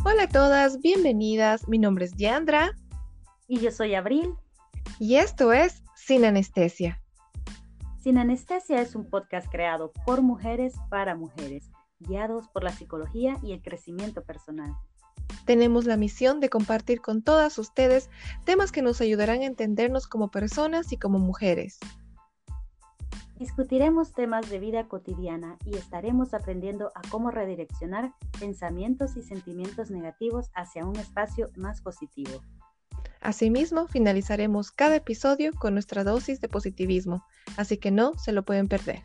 Hola a todas, bienvenidas. Mi nombre es Diandra Y yo soy Abril. y esto es Sin Anestesia. Sin Anestesia es un podcast creado por mujeres para mujeres, guiados por la psicología y el crecimiento personal. Tenemos la misión de compartir con todas ustedes temas que nos ayudarán a entendernos como personas y como mujeres. Discutiremos temas de vida cotidiana y estaremos aprendiendo a cómo redireccionar pensamientos y sentimientos negativos hacia un espacio más positivo. Asimismo, finalizaremos cada episodio con nuestra dosis de positivismo, así que no se lo pueden perder.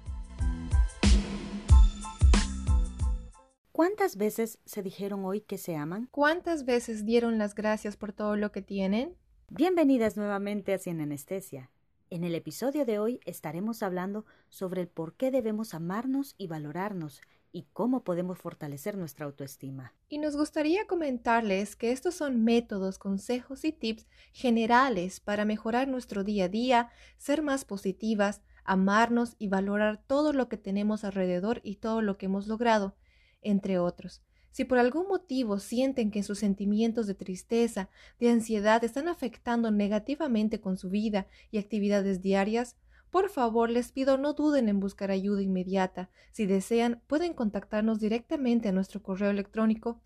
¿Cuántas veces se dijeron hoy que se aman? ¿Cuántas veces dieron las gracias por todo lo que tienen? Bienvenidas nuevamente a Sin Anestesia. En el episodio de hoy estaremos hablando sobre el por qué debemos amarnos y valorarnos y cómo podemos fortalecer nuestra autoestima. Y nos gustaría comentarles que estos son métodos, consejos y tips generales para mejorar nuestro día a día, ser más positivas, amarnos y valorar todo lo que tenemos alrededor y todo lo que hemos logrado, entre otros. Si por algún motivo sienten que sus sentimientos de tristeza, de ansiedad están afectando negativamente con su vida y actividades diarias, por favor, les pido no duden en buscar ayuda inmediata. Si desean, pueden contactarnos directamente a nuestro correo electrónico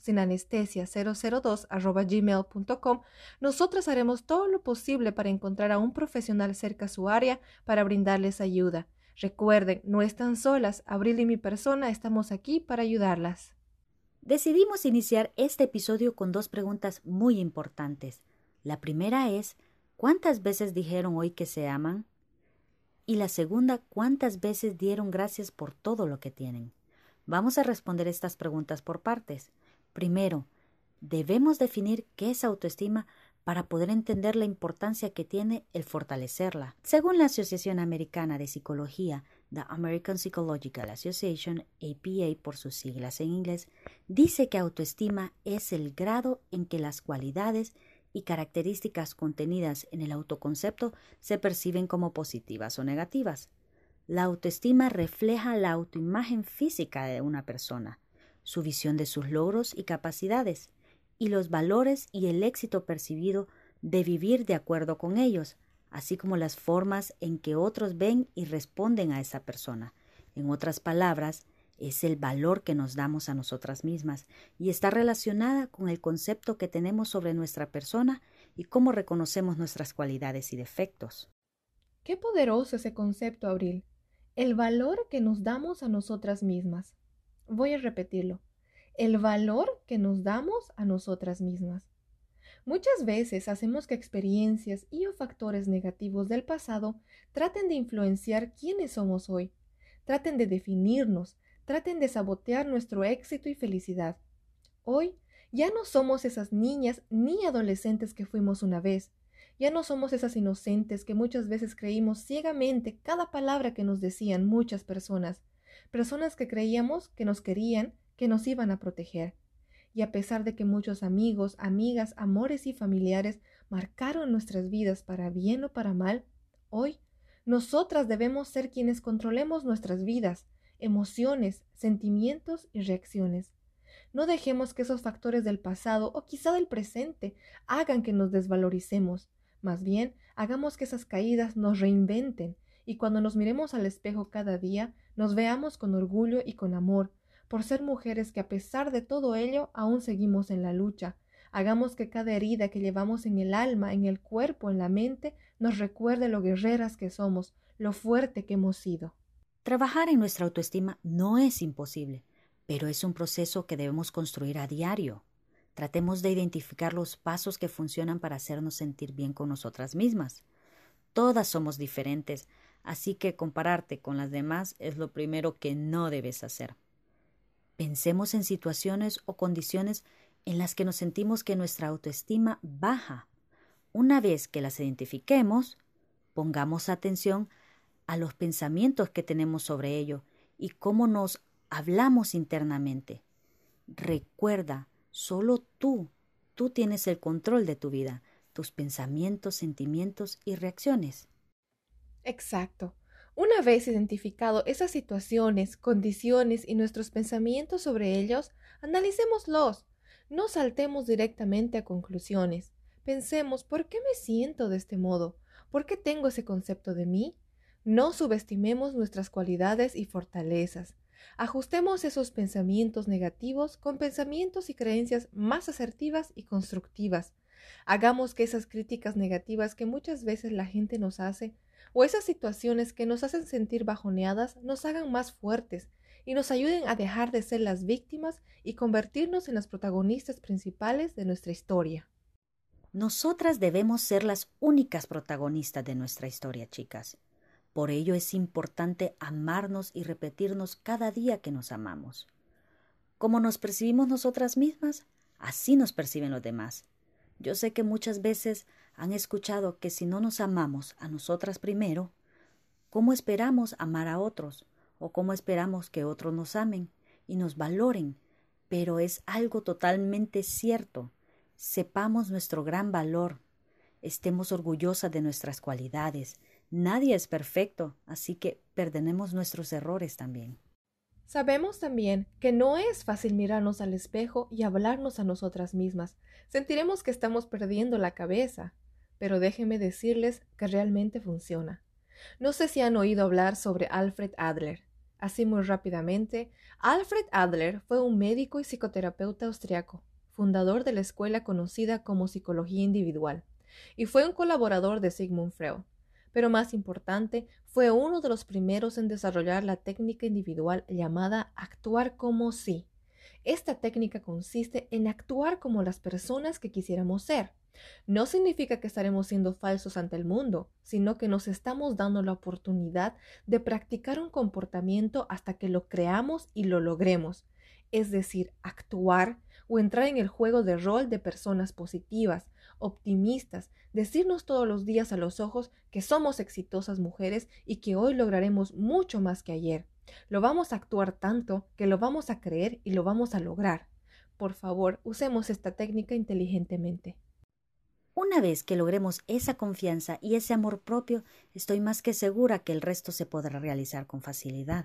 sinanestesia002@gmail.com. Nosotros haremos todo lo posible para encontrar a un profesional cerca a su área para brindarles ayuda. Recuerden, no están solas. Abril y mi persona estamos aquí para ayudarlas. Decidimos iniciar este episodio con dos preguntas muy importantes. La primera es, ¿cuántas veces dijeron hoy que se aman? Y la segunda, ¿cuántas veces dieron gracias por todo lo que tienen? Vamos a responder estas preguntas por partes. Primero, debemos definir qué es autoestima para poder entender la importancia que tiene el fortalecerla. Según la Asociación Americana de Psicología, The American Psychological Association, APA por sus siglas en inglés, dice que autoestima es el grado en que las cualidades y características contenidas en el autoconcepto se perciben como positivas o negativas. La autoestima refleja la autoimagen física de una persona, su visión de sus logros y capacidades, y los valores y el éxito percibido de vivir de acuerdo con ellos, así como las formas en que otros ven y responden a esa persona. En otras palabras, es el valor que nos damos a nosotras mismas y está relacionada con el concepto que tenemos sobre nuestra persona y cómo reconocemos nuestras cualidades y defectos. Qué poderoso ese concepto, Abril. El valor que nos damos a nosotras mismas. Voy a repetirlo. El valor que nos damos a nosotras mismas. Muchas veces hacemos que experiencias y o factores negativos del pasado traten de influenciar quiénes somos hoy, traten de definirnos, traten de sabotear nuestro éxito y felicidad. Hoy ya no somos esas niñas ni adolescentes que fuimos una vez. Ya no somos esas inocentes que muchas veces creímos ciegamente cada palabra que nos decían muchas personas, personas que creíamos que nos querían, que nos iban a proteger. Y a pesar de que muchos amigos, amigas, amores y familiares marcaron nuestras vidas para bien o para mal, hoy nosotras debemos ser quienes controlemos nuestras vidas, emociones, sentimientos y reacciones. No dejemos que esos factores del pasado o quizá del presente hagan que nos desvaloricemos. Más bien, hagamos que esas caídas nos reinventen y cuando nos miremos al espejo cada día, nos veamos con orgullo y con amor, por ser mujeres que a pesar de todo ello aún seguimos en la lucha. Hagamos que cada herida que llevamos en el alma, en el cuerpo, en la mente, nos recuerde lo guerreras que somos, lo fuerte que hemos sido. Trabajar en nuestra autoestima no es imposible, pero es un proceso que debemos construir a diario. Tratemos de identificar los pasos que funcionan para hacernos sentir bien con nosotras mismas. Todas somos diferentes, así que compararte con las demás es lo primero que no debes hacer. Pensemos en situaciones o condiciones en las que nos sentimos que nuestra autoestima baja. Una vez que las identifiquemos, pongamos atención a los pensamientos que tenemos sobre ello y cómo nos hablamos internamente. Recuerda, solo tú tienes el control de tu vida, tus pensamientos, sentimientos y reacciones. Exacto. Una vez identificado esas situaciones, condiciones y nuestros pensamientos sobre ellos, analicémoslos. No saltemos directamente a conclusiones. Pensemos, ¿por qué me siento de este modo? ¿Por qué tengo ese concepto de mí? No subestimemos nuestras cualidades y fortalezas. Ajustemos esos pensamientos negativos con pensamientos y creencias más asertivas y constructivas. Hagamos que esas críticas negativas que muchas veces la gente nos hace o esas situaciones que nos hacen sentir bajoneadas nos hagan más fuertes y nos ayuden a dejar de ser las víctimas y convertirnos en las protagonistas principales de nuestra historia. Nosotras debemos ser las únicas protagonistas de nuestra historia, chicas. Por ello es importante amarnos y repetirnos cada día que nos amamos. Como nos percibimos nosotras mismas, así nos perciben los demás. Yo sé que muchas veces han escuchado que si no nos amamos a nosotras primero, ¿cómo esperamos amar a otros? ¿O cómo esperamos que otros nos amen y nos valoren? Pero es algo totalmente cierto. Sepamos nuestro gran valor. Estemos orgullosas de nuestras cualidades. Nadie es perfecto, así que perdonemos nuestros errores también. Sabemos también que no es fácil mirarnos al espejo y hablarnos a nosotras mismas. Sentiremos que estamos perdiendo la cabeza, pero déjenme decirles que realmente funciona. No sé si han oído hablar sobre Alfred Adler. Así muy rápidamente, Alfred Adler fue un médico y psicoterapeuta austriaco, fundador de la escuela conocida como psicología individual, y fue un colaborador de Sigmund Freud. Pero más importante, fue uno de los primeros en desarrollar la técnica individual llamada actuar como sí. Esta técnica consiste en actuar como las personas que quisiéramos ser. No significa que estaremos siendo falsos ante el mundo, sino que nos estamos dando la oportunidad de practicar un comportamiento hasta que lo creamos y lo logremos. Es decir, actuar o entrar en el juego de rol de personas positivas, optimistas, decirnos todos los días a los ojos que somos exitosas mujeres y que hoy lograremos mucho más que ayer. Lo vamos a actuar tanto que lo vamos a creer y lo vamos a lograr. Por favor, usemos esta técnica inteligentemente. Una vez que logremos esa confianza y ese amor propio, estoy más que segura que el resto se podrá realizar con facilidad.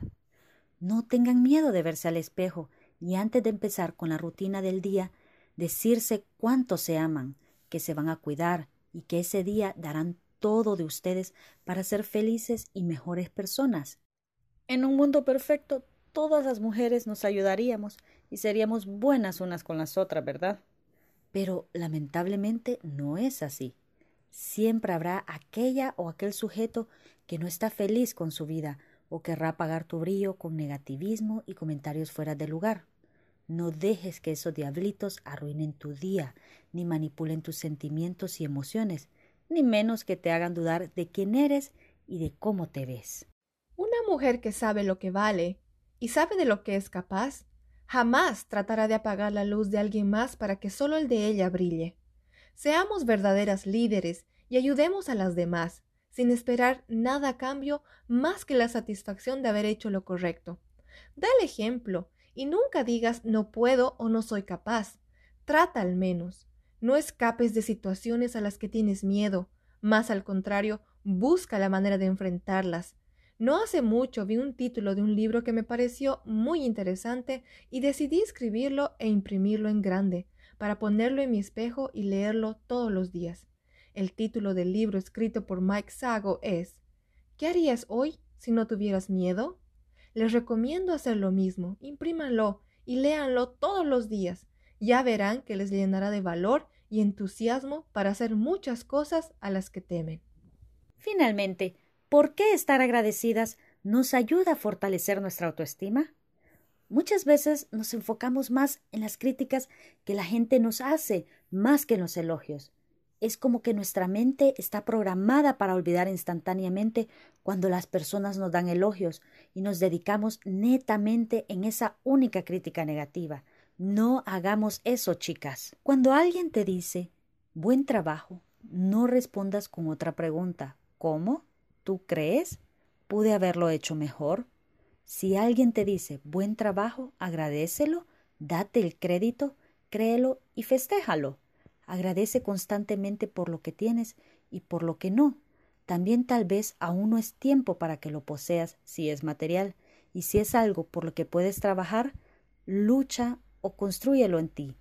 No tengan miedo de verse al espejo y antes de empezar con la rutina del día, decirse cuánto se aman, que se van a cuidar y que ese día darán todo de ustedes para ser felices y mejores personas. En un mundo perfecto, todas las mujeres nos ayudaríamos y seríamos buenas unas con las otras, ¿verdad? Pero lamentablemente no es así. Siempre habrá aquella o aquel sujeto que no está feliz con su vida o querrá apagar tu brillo con negativismo y comentarios fuera de lugar. No dejes que esos diablitos arruinen tu día, ni manipulen tus sentimientos y emociones, ni menos que te hagan dudar de quién eres y de cómo te ves. Una mujer que sabe lo que vale y sabe de lo que es capaz, jamás tratará de apagar la luz de alguien más para que solo el de ella brille. Seamos verdaderas líderes y ayudemos a las demás, sin esperar nada a cambio más que la satisfacción de haber hecho lo correcto. Da el ejemplo y nunca digas no puedo o no soy capaz. Trata al menos. No escapes de situaciones a las que tienes miedo, más al contrario, busca la manera de enfrentarlas. No hace mucho vi un título de un libro que me pareció muy interesante y decidí escribirlo e imprimirlo en grande, para ponerlo en mi espejo y leerlo todos los días. El título del libro escrito por Mike Sago es ¿Qué harías hoy si no tuvieras miedo? Les recomiendo hacer lo mismo, imprímanlo y léanlo todos los días. Ya verán que les llenará de valor y entusiasmo para hacer muchas cosas a las que temen. Finalmente, ¿por qué estar agradecidas nos ayuda a fortalecer nuestra autoestima? Muchas veces nos enfocamos más en las críticas que la gente nos hace, más que en los elogios. Es como que nuestra mente está programada para olvidar instantáneamente cuando las personas nos dan elogios y nos dedicamos netamente en esa única crítica negativa. No hagamos eso, chicas. Cuando alguien te dice buen trabajo, no respondas con otra pregunta. ¿Cómo? ¿Tú crees? ¿Pude haberlo hecho mejor? Si alguien te dice buen trabajo, agradécelo, date el crédito, créelo y festéjalo. Agradece constantemente por lo que tienes y por lo que no. También tal vez aún no es tiempo para que lo poseas si es material, y si es algo por lo que puedes trabajar, lucha o constrúyelo en ti.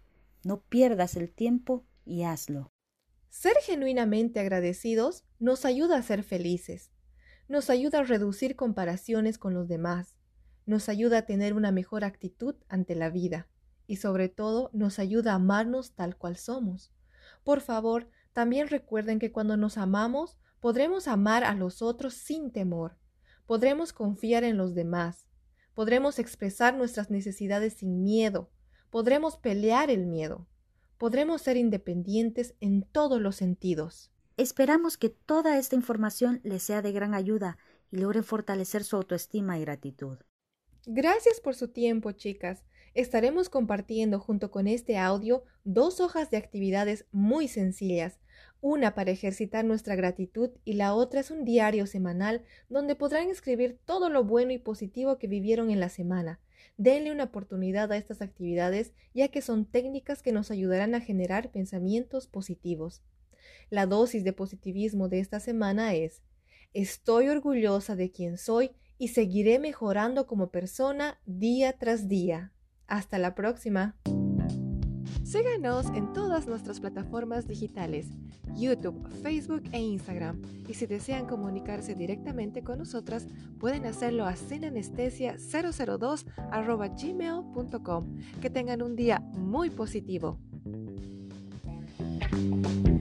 No pierdas el tiempo y hazlo. Ser genuinamente agradecidos nos ayuda a ser felices, nos ayuda a reducir comparaciones con los demás, nos ayuda a tener una mejor actitud ante la vida y sobre todo nos ayuda a amarnos tal cual somos. Por favor, también recuerden que cuando nos amamos, podremos amar a los otros sin temor, podremos confiar en los demás, podremos expresar nuestras necesidades sin miedo, podremos pelear el miedo. Podremos ser independientes en todos los sentidos. Esperamos que toda esta información les sea de gran ayuda y logren fortalecer su autoestima y gratitud. Gracias por su tiempo, chicas. Estaremos compartiendo junto con este audio 2 hojas de actividades muy sencillas, una para ejercitar nuestra gratitud y la otra es un diario semanal donde podrán escribir todo lo bueno y positivo que vivieron en la semana. Denle una oportunidad a estas actividades ya que son técnicas que nos ayudarán a generar pensamientos positivos. La dosis de positivismo de esta semana es: estoy orgullosa de quien soy y seguiré mejorando como persona día tras día. Hasta la próxima. Síganos en todas nuestras plataformas digitales, YouTube, Facebook e Instagram. Y si desean comunicarse directamente con nosotras, pueden hacerlo a sinanestesia002@gmail.com. Que tengan un día muy positivo.